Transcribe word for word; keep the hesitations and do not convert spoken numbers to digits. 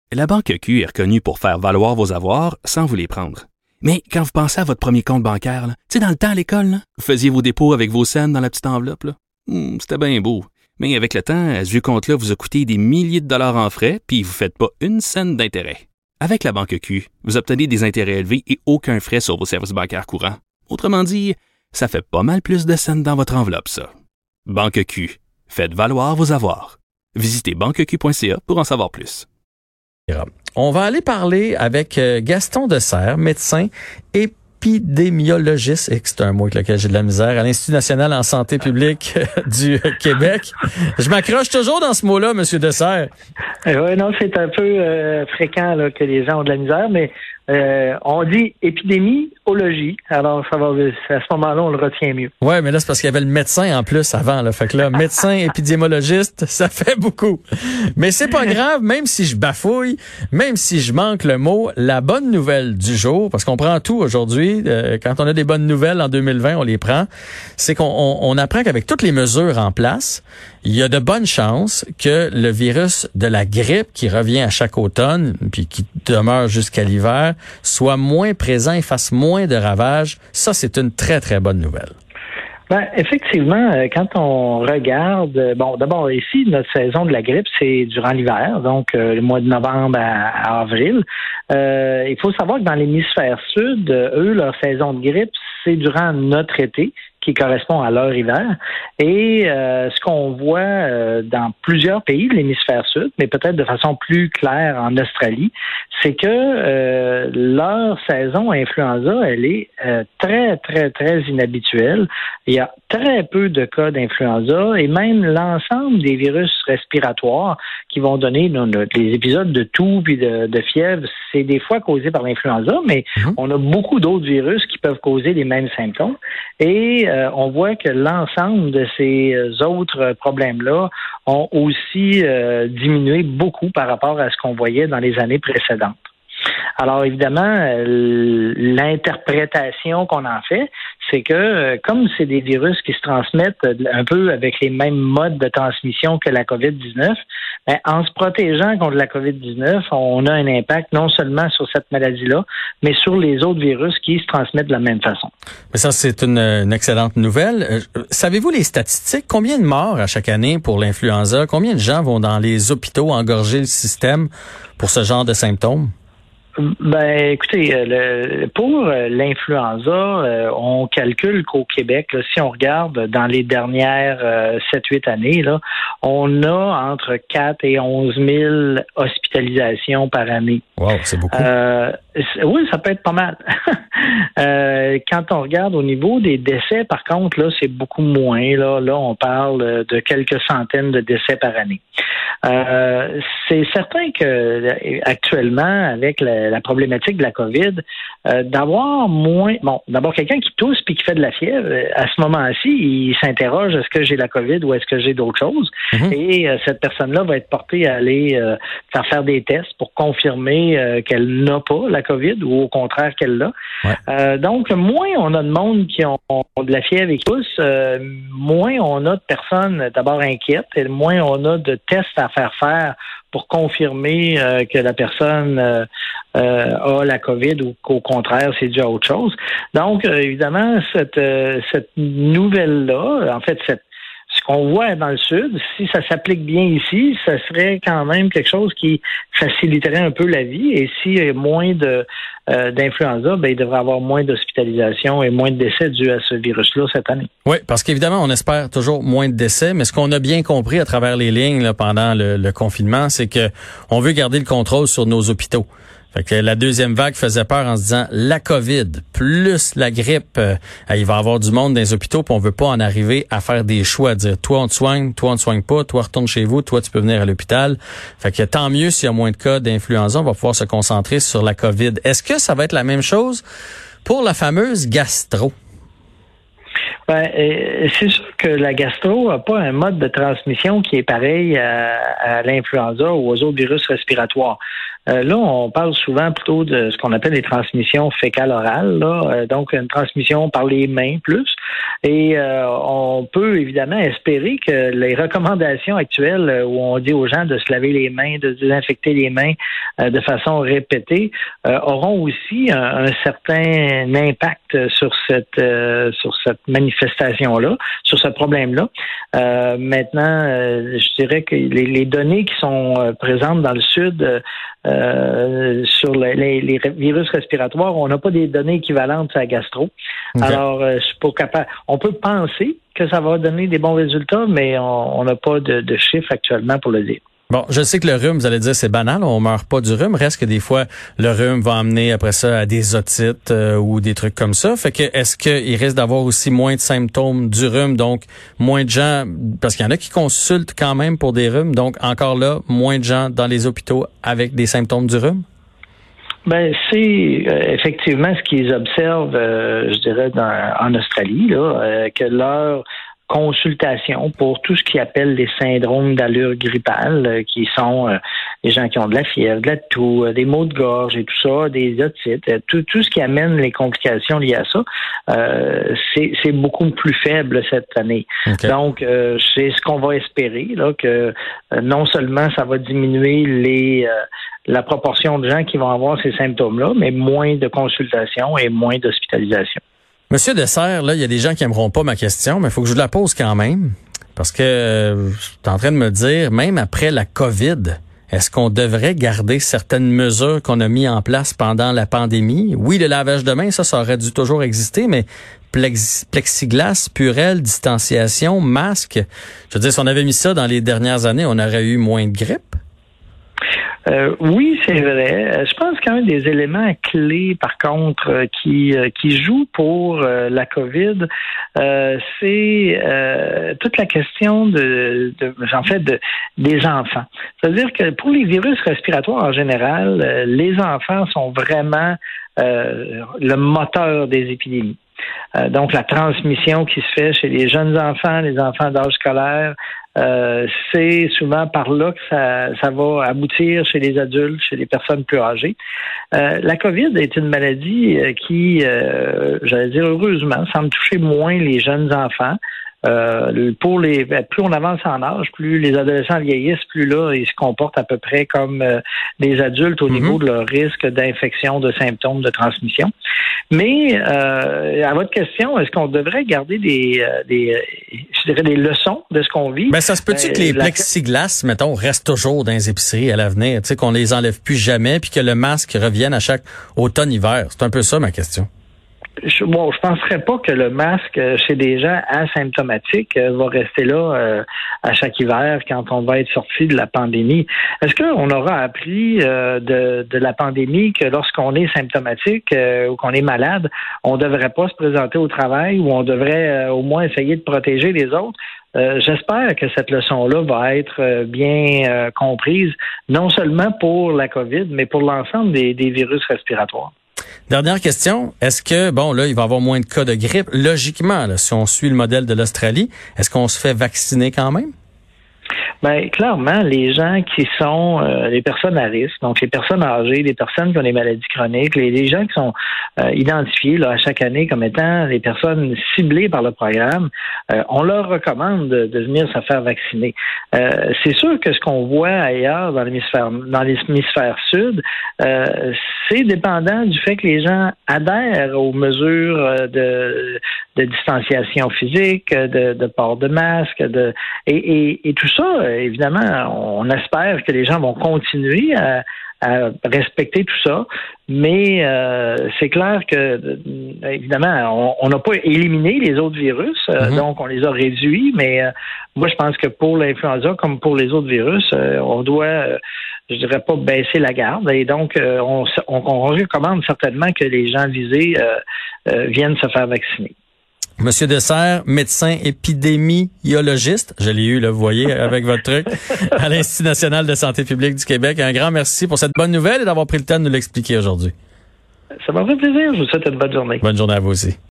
La Banque Q est reconnue pour faire valoir vos avoirs sans vous les prendre. Mais quand vous pensez à votre premier compte bancaire, tu sais, dans le temps à l'école, là, vous faisiez vos dépôts avec vos scènes dans la petite enveloppe. Là. Hum, c'était bien beau. Mais avec le temps, ce vieux compte-là vous a coûté des milliers de dollars en frais, puis vous ne faites pas une scène d'intérêt. Avec la Banque Q, vous obtenez des intérêts élevés et aucun frais sur vos services bancaires courants. Autrement dit, ça fait pas mal plus de scènes dans votre enveloppe, ça. Banque Q. Faites valoir vos avoirs. Visitez banque q point c a pour en savoir plus. On va aller parler avec Gaston Dessert, médecin épidémiologiste, et c'est un mot avec lequel j'ai de la misère, à l'Institut national en santé publique du Québec. Je m'accroche toujours dans ce mot-là, Monsieur Dessert. Oui, non, c'est un peu euh, fréquent là, que les gens ont de la misère, mais euh, on dit épidémiologie. Alors, ça va, à ce moment-là, on le retient mieux. Ouais, mais là, c'est parce qu'il y avait le médecin en plus avant, là. Fait que là, médecin épidémiologiste, ça fait beaucoup. Mais c'est pas grave, même si je bafouille, même si je manque le mot, la bonne nouvelle du jour, parce qu'on prend tout aujourd'hui, euh, quand on a des bonnes nouvelles en deux mille vingt, on les prend, c'est qu'on on, on apprend qu'avec toutes les mesures en place, il y a de bonnes chances que le virus de la grippe qui revient à chaque automne, puis qui demeure jusqu'à l'hiver, soit moins présent et fasse moins de ravages. Ça, c'est une très, très bonne nouvelle. Ben, effectivement, quand on regarde, bon, d'abord ici, notre saison de la grippe, c'est durant l'hiver, donc euh, le mois de novembre à, à avril. Euh, il faut savoir que dans l'hémisphère sud, eux, leur saison de grippe, c'est durant notre été, qui correspond à leur hiver. Et euh, ce qu'on voit euh, dans plusieurs pays de l'hémisphère sud, mais peut-être de façon plus claire en Australie, c'est que euh, leur saison influenza, elle est euh, très, très, très inhabituelle. Il y a très peu de cas d'influenza et même l'ensemble des virus respiratoires qui vont donner non, les épisodes de toux puis de, de fièvre, c'est des fois causé par l'influenza, mais mmh. on a beaucoup d'autres virus qui peuvent causer les mêmes symptômes. Et euh, on voit que l'ensemble de ces autres problèmes-là ont aussi euh, diminué beaucoup par rapport à ce qu'on voyait dans les années précédentes. Alors évidemment, euh, l'interprétation qu'on en fait, c'est que euh, comme c'est des virus qui se transmettent un peu avec les mêmes modes de transmission que la covid dix-neuf, ben, en se protégeant contre la covid dix-neuf, on a un impact non seulement sur cette maladie-là, mais sur les autres virus qui se transmettent de la même façon. Mais ça, c'est une, une excellente nouvelle. Euh, savez-vous les statistiques? Combien de morts à chaque année pour l'influenza? Combien de gens vont dans les hôpitaux engorger le système pour ce genre de symptômes? Ben, écoutez, le, pour l'influenza, euh, on calcule qu'au Québec, là, si on regarde dans les dernières euh, sept huit années, là, on a entre quatre et onze mille hospitalisations par année. Wow, c'est beaucoup. Euh, oui, ça peut être pas mal. euh, quand on regarde au niveau des décès, par contre, là, c'est beaucoup moins. Là, là, on parle de quelques centaines de décès par année. Euh, c'est certain que actuellement, avec la, la problématique de la COVID, euh, d'avoir moins, bon, d'abord quelqu'un qui tousse puis qui fait de la fièvre, à ce moment-ci, il s'interroge est-ce que j'ai la COVID ou est-ce que j'ai d'autres choses, mm-hmm. et euh, cette personne-là va être portée à aller euh, faire faire des tests pour confirmer euh, qu'elle n'a pas la COVID ou au contraire qu'elle l'a. Ouais. Euh, donc, moins on a de monde qui ont, ont de la fièvre et qui tousse, euh, moins on a de personnes d'abord inquiètes et moins on a de tests à faire faire pour confirmer euh, que la personne euh, euh, a la COVID ou qu'au contraire, c'est dû à autre chose. Donc, euh, évidemment, cette, euh, cette nouvelle-là, en fait, cette ce qu'on voit dans le Sud, si ça s'applique bien ici, ça serait quand même quelque chose qui faciliterait un peu la vie. Et s'il y a moins de euh, d'influenza, ben, il devrait y avoir moins d'hospitalisation et moins de décès dus à ce virus-là cette année. Oui, parce qu'évidemment, on espère toujours moins de décès, mais ce qu'on a bien compris à travers les lignes là, pendant le, le confinement, c'est que on veut garder le contrôle sur nos hôpitaux. Fait que la deuxième vague faisait peur en se disant la COVID plus la grippe, euh, il va y avoir du monde dans les hôpitaux, puis on veut pas en arriver à faire des choix, à dire toi on te soigne, toi on te soigne pas, toi retourne chez vous, toi tu peux venir à l'hôpital. Fait que tant mieux s'il y a moins de cas d'influenza, on va pouvoir se concentrer sur la COVID. Est-ce que ça va être la même chose pour la fameuse gastro? Ben, euh, c'est sûr que la gastro n'a pas un mode de transmission qui est pareil à, à l'influenza ou aux autres virus respiratoires. Euh, là, on parle souvent plutôt de ce qu'on appelle les transmissions fécales-orales, là, euh, donc une transmission par les mains plus. Et euh, on peut évidemment espérer que les recommandations actuelles euh, où on dit aux gens de se laver les mains, de désinfecter les mains euh, de façon répétée, euh, auront aussi un, un certain impact sur cette euh, sur cette manifestation-là, sur ce problème-là. Euh, maintenant, euh, je dirais que les, les données qui sont euh, présentes dans le Sud euh, euh, sur les, les, les virus respiratoires, on n'a pas des données équivalentes à la gastro. Okay. Alors, euh, je suis pas capable. On peut penser que ça va donner des bons résultats, mais on n'a pas de, de chiffres actuellement pour le dire. Bon, je sais que le rhume, vous allez dire, c'est banal, on meurt pas du rhume. Reste que des fois, le rhume va amener après ça à des otites euh, ou des trucs comme ça. Fait que, est-ce qu'il risque d'avoir aussi moins de symptômes du rhume, donc moins de gens, parce qu'il y en a qui consultent quand même pour des rhumes, donc encore là, moins de gens dans les hôpitaux avec des symptômes du rhume? Ben c'est euh, effectivement ce qu'ils observent, euh, je dirais, dans, en Australie, là, euh, que leur consultation pour tout ce qu'ils appellent les syndromes d'allure grippale, euh, qui sont euh, les gens qui ont de la fièvre, de la toux, euh, des maux de gorge et tout ça, des otites, euh, tout, tout ce qui amène les complications liées à ça, euh, c'est, c'est beaucoup plus faible cette année. Okay. Donc, euh, c'est ce qu'on va espérer, là, que euh, non seulement ça va diminuer les euh, la proportion de gens qui vont avoir ces symptômes-là, mais moins de consultations et moins d'hospitalisation. Monsieur Dessert, là, il y a des gens qui aimeront pas ma question, mais il faut que je la pose quand même. Parce que euh, je suis en train de me dire, même après la COVID, est-ce qu'on devrait garder certaines mesures qu'on a mises en place pendant la pandémie? Oui, le lavage de mains, ça, ça aurait dû toujours exister, mais plex- plexiglas, purelle, distanciation, masque. Je veux dire, si on avait mis ça dans les dernières années, on aurait eu moins de grippe. Euh, oui, c'est vrai. Je pense qu'il y a des éléments clés, par contre, euh, qui euh, qui jouent pour euh, la COVID. Euh, c'est euh, toute la question de, de en fait, de, des enfants. C'est-à-dire que pour les virus respiratoires en général, euh, les enfants sont vraiment euh, le moteur des épidémies. Euh, donc, la transmission qui se fait chez les jeunes enfants, les enfants d'âge scolaire, euh, c'est souvent par là que ça, ça va aboutir chez les adultes, chez les personnes plus âgées. Euh, la COVID est une maladie qui, euh, j'allais dire heureusement, semble toucher moins les jeunes enfants. Euh, pour les plus on avance en âge, plus les adolescents vieillissent, plus là ils se comportent à peu près comme euh, des adultes au mm-hmm. niveau de leur risque d'infection, de symptômes de transmission. Mais euh, à votre question, est-ce qu'on devrait garder des, euh, des je dirais des leçons de ce qu'on vit? Ben ça se peut-tu euh, que les la... plexiglas, mettons, restent toujours dans les épiceries à l'avenir, tu sais, qu'on les enlève plus jamais, puis que le masque revienne à chaque automne-hiver? C'est un peu ça ma question. Je, bon, je penserais pas que le masque chez des gens asymptomatiques euh, va rester là euh, à chaque hiver quand on va être sorti de la pandémie. Est-ce qu'on aura appris euh, de, de la pandémie que lorsqu'on est symptomatique euh, ou qu'on est malade, on devrait pas se présenter au travail ou on devrait euh, au moins essayer de protéger les autres? Euh, j'espère que cette leçon-là va être euh, bien euh, comprise, non seulement pour la COVID, mais pour l'ensemble des, des virus respiratoires. Dernière question, est-ce que, bon, là, il va y avoir moins de cas de grippe. Logiquement, là, si on suit le modèle de l'Australie, est-ce qu'on se fait vacciner quand même? Bien, clairement, les gens qui sont euh, les personnes à risque, donc les personnes âgées, les personnes qui ont des maladies chroniques, les, les gens qui sont euh, identifiés là, à chaque année comme étant les personnes ciblées par le programme, euh, on leur recommande de, de venir se faire vacciner. Euh, c'est sûr que ce qu'on voit ailleurs dans l'hémisphère, dans l'hémisphère sud, euh, c'est dépendant du fait que les gens adhèrent aux mesures de, de distanciation physique, de, de port de masque, de et, et, et tout ça. Évidemment, on espère que les gens vont continuer à, à respecter tout ça, mais euh, c'est clair que, évidemment, on n'a pas éliminé les autres virus, euh, mm-hmm. donc on les a réduits, mais euh, moi, je pense que pour l'influenza, comme pour les autres virus, euh, on doit, euh, je dirais pas baisser la garde, et donc euh, on, on, on recommande certainement que les gens visés euh, euh, viennent se faire vacciner. Monsieur Dessert, médecin épidémiologiste, je l'ai eu, là, vous voyez, avec votre truc, à l'Institut national de santé publique du Québec. Un grand merci pour cette bonne nouvelle et d'avoir pris le temps de nous l'expliquer aujourd'hui. Ça m'a fait plaisir. Je vous souhaite une bonne journée. Bonne journée à vous aussi.